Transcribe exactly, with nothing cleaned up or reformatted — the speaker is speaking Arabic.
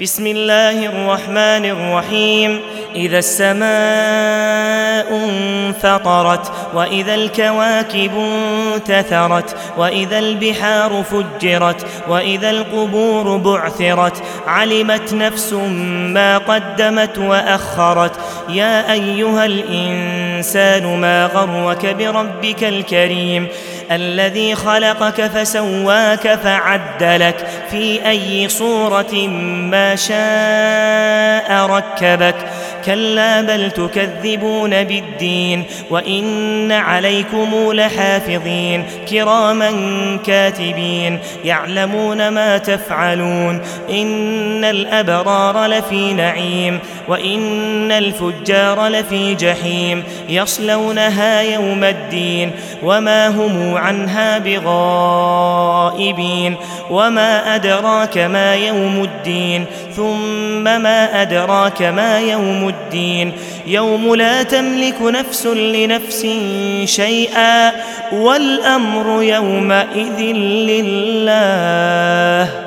بسم الله الرحمن الرحيم. إذا السماء انفطرت وإذا الكواكب انتثرت وإذا البحار فجرت وإذا القبور بعثرت علمت نفس ما قدمت وأخرت. يا أيها الإنسان ما غرك بربك الكريم الذي خلقك فسواك فعدلك في أي صورة ما شاء ركبك. كلا بل تكذبون بالدين وإن عليكم لحافظين كراما كاتبين يعلمون ما تفعلون. إن الأبرار لفي نعيم وإن الفجار لفي جحيم يصلونها يوم الدين وما هم عنها بغائبين. وما أدراك ما يوم الدين ثم ما أدراك ما يوم الدين يوم لا تملك نفس لنفس شيئا والأمر يومئذ لله.